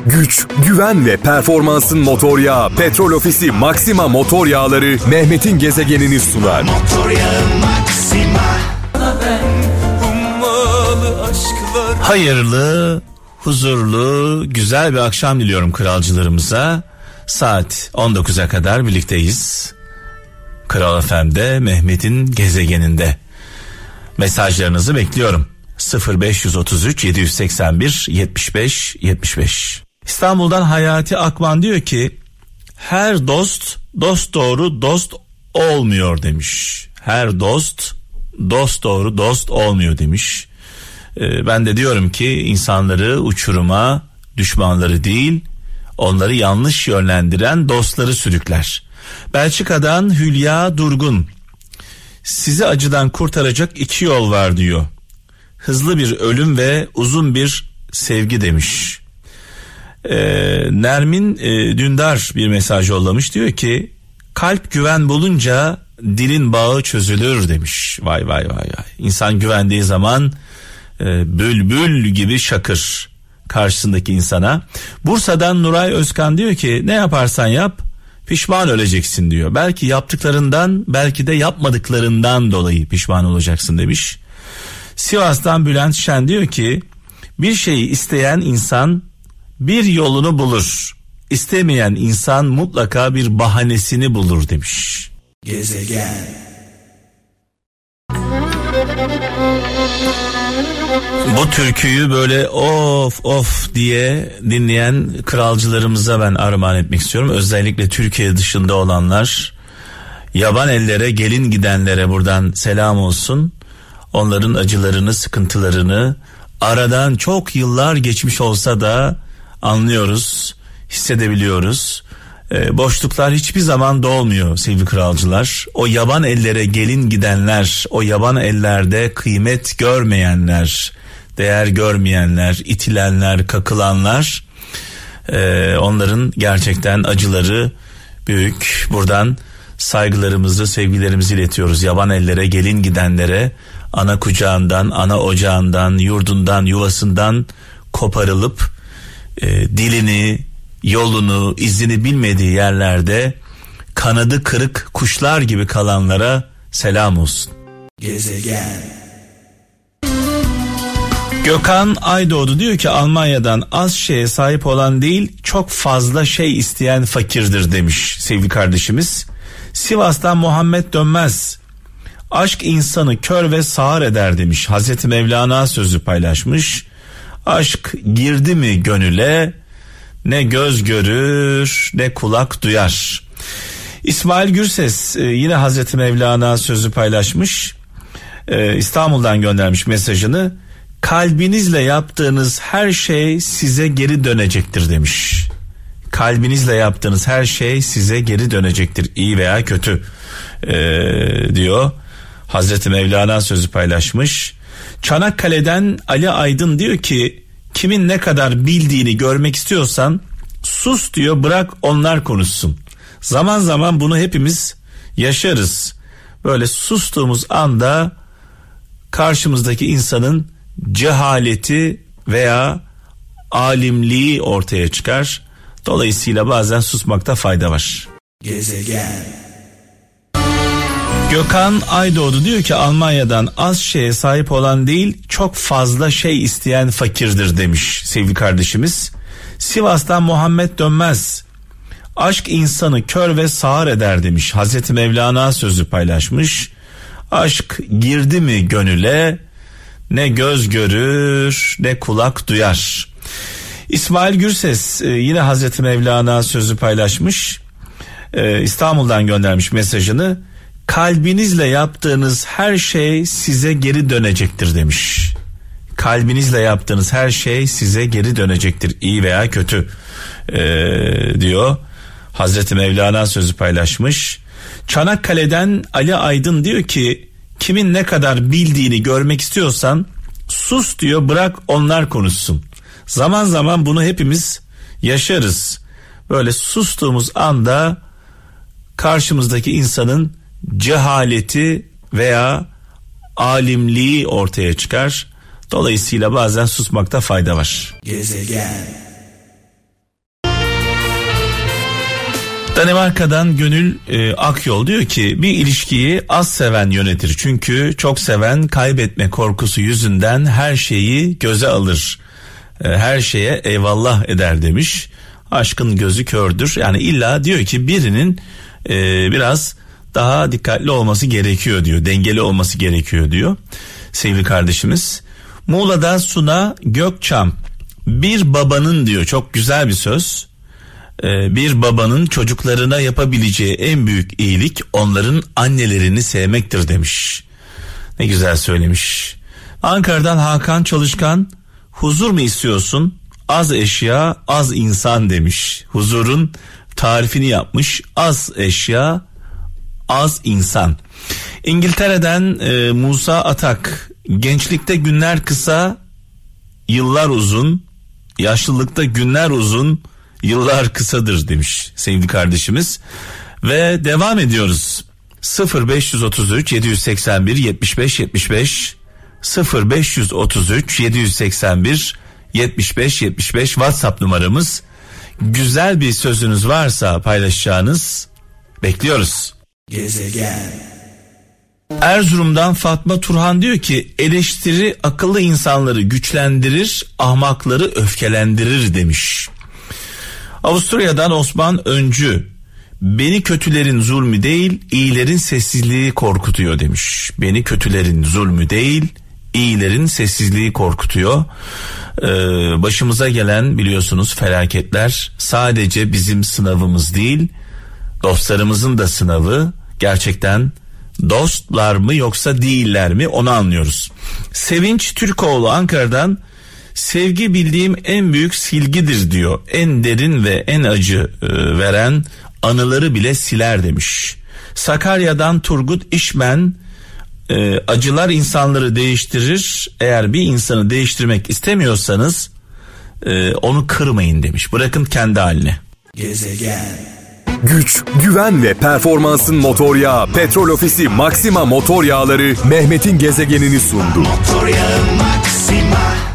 güç, güven ve performansın motor yağı Petrol Ofisi Maxima motor yağları Mehmet'in gezegenini sunar. Motor yağı Maxima. Hayırlı, huzurlu, güzel bir akşam diliyorum kralcılarımıza. Saat 19'a kadar birlikteyiz. Kral FM'de Mehmet'in gezegeninde. Mesajlarınızı bekliyorum. 0533 781 75 75. İstanbul'dan Hayati Akman diyor ki her dost doğru dost olmuyor demiş. Her dost doğru dost olmuyor demiş. Ben de diyorum ki insanları uçuruma, düşmanları değil, onları yanlış yönlendiren dostları sürükler. Belçika'dan Hülya Durgun, sizi acıdan kurtaracak 2 yol var diyor. Hızlı bir ölüm ve uzun bir sevgi demiş. Nermin Dündar bir mesaj yollamış, diyor ki kalp güven bulunca dilin bağı çözülür demiş. Vay. İnsan güvendiği zaman bülbül gibi şakır karşısındaki insana. Bursa'dan Nuray Özkan diyor ki ne yaparsan yap pişman öleceksin diyor. Belki yaptıklarından, belki de yapmadıklarından dolayı pişman olacaksın demiş. Sivas'tan Bülent Şen diyor ki bir şeyi isteyen insan bir yolunu bulur. İstemeyen insan mutlaka bir bahanesini bulur demiş. Gezegen. Bu türküyü böyle of diye dinleyen kralcılarımıza ben armağan etmek istiyorum. Özellikle Türkiye dışında olanlar, yaban ellere gelin gidenlere buradan selam olsun. Onların acılarını, sıkıntılarını aradan çok yıllar geçmiş olsa da anlıyoruz, hissedebiliyoruz. Boşluklar hiçbir zaman dolmuyor sevgili kralcılar. O yaban ellere gelin gidenler, o yaban ellerde kıymet görmeyenler, değer görmeyenler, itilenler, kakılanlar, onların gerçekten acıları büyük. Buradan saygılarımızı, sevgilerimizi iletiyoruz. Yaban ellere gelin gidenlere, ana kucağından, ana ocağından, yurdundan, yuvasından koparılıp dilini, yolunu, izini bilmediği yerlerde kanadı kırık kuşlar gibi kalanlara selam olsun. Gezegen. Gökhan Aydoğdu diyor ki Almanya'dan az şeye sahip olan değil, çok fazla şey isteyen fakirdir demiş sevgili kardeşimiz. Sivas'tan Muhammed Dönmez, aşk insanı kör ve sağır eder demiş. Hazreti Mevlana sözü paylaşmış. Aşk girdi mi gönüle ne göz görür ne kulak duyar. İsmail Gürses yine Hazreti Mevlana sözü paylaşmış. İstanbul'dan göndermiş mesajını. Kalbinizle yaptığınız her şey size geri dönecektir demiş. Kalbinizle yaptığınız her şey size geri dönecektir, iyi veya kötü diyor. Hazreti Mevlana sözü paylaşmış. Çanakkale'den Ali Aydın diyor ki kimin ne kadar bildiğini görmek istiyorsan sus diyor, bırak onlar konuşsun. Zaman zaman bunu hepimiz yaşarız. Böyle sustuğumuz anda karşımızdaki insanın cehaleti veya alimliği ortaya çıkar. Dolayısıyla bazen susmakta fayda var. Gezegen. Gökhan Aydoğdu diyor ki Almanya'dan az şeye sahip olan değil, çok fazla şey isteyen fakirdir demiş sevgili kardeşimiz. Sivas'tan Muhammed Dönmez, aşk insanı kör ve sağır eder demiş. Hazreti Mevlana sözü paylaşmış. Aşk girdi mi gönüle ne göz görür ne kulak duyar. İsmail Gürses yine Hazreti Mevlana sözü paylaşmış. İstanbul'dan göndermiş mesajını. Kalbinizle yaptığınız her şey size geri dönecektir demiş. Kalbinizle yaptığınız her şey size geri dönecektir, iyi veya kötü diyor. Hazreti Mevlana sözü paylaşmış. Çanakkale'den Ali Aydın diyor ki kimin ne kadar bildiğini görmek istiyorsan sus diyor, bırak onlar konuşsun. Zaman zaman bunu hepimiz yaşarız. Böyle sustuğumuz anda karşımızdaki insanın cehaleti veya alimliği ortaya çıkar. Dolayısıyla bazen susmakta fayda var. Gezegen. Danimarka'dan Gönül Akyol diyor ki bir ilişkiyi az seven yönetir. Çünkü çok seven kaybetme korkusu yüzünden her şeyi göze alır. Her şeye eyvallah eder demiş. Aşkın gözü kördür. Yani illa diyor ki birinin biraz daha dikkatli olması gerekiyor diyor. Dengeli olması gerekiyor diyor sevgili kardeşimiz. Muğla'da Suna Gökçam, bir babanın diyor, çok güzel bir söz. Bir babanın çocuklarına yapabileceği en büyük iyilik onların annelerini sevmektir demiş. Ne güzel söylemiş. Ankara'dan Hakan Çalışkan, huzur mu istiyorsun? Az eşya, az insan demiş. Huzurun tarifini yapmış. Az eşya, az insan. İngiltere'den Musa Atak, gençlikte günler kısa, yıllar uzun, yaşlılıkta günler uzun, yıllar kısadır demiş sevgili kardeşimiz. Ve devam ediyoruz. 0533 781 75 75 0533 781 75 75 WhatsApp numaramız. Güzel bir sözünüz varsa paylaşacağınız, bekliyoruz. Gezegen. Erzurum'dan Fatma Turhan diyor ki eleştiri akıllı insanları güçlendirir, ahmakları öfkelendirir demiş. Avusturya'dan Osman Öncü, beni kötülerin zulmü değil, iyilerin sessizliği korkutuyor demiş. Beni kötülerin zulmü değil, iyilerin sessizliği korkutuyor. Başımıza gelen biliyorsunuz felaketler sadece bizim sınavımız değil, dostlarımızın da sınavı. Gerçekten dostlar mı yoksa değiller mi, onu anlıyoruz. Sevinç Türkoğlu Ankara'dan, sevgi bildiğim en büyük silgidir diyor. En derin ve en acı veren anıları bile siler demiş. Sakarya'dan Turgut İşmen, acılar insanları değiştirir. Eğer bir insanı değiştirmek istemiyorsanız onu kırmayın demiş. Bırakın kendi haline. Gezegen. Güç, güven ve performansın motor yağı Petrol Ofisi Maxima motor yağları Mehmet'in gezegenini sundu. Motor yağı Maxima.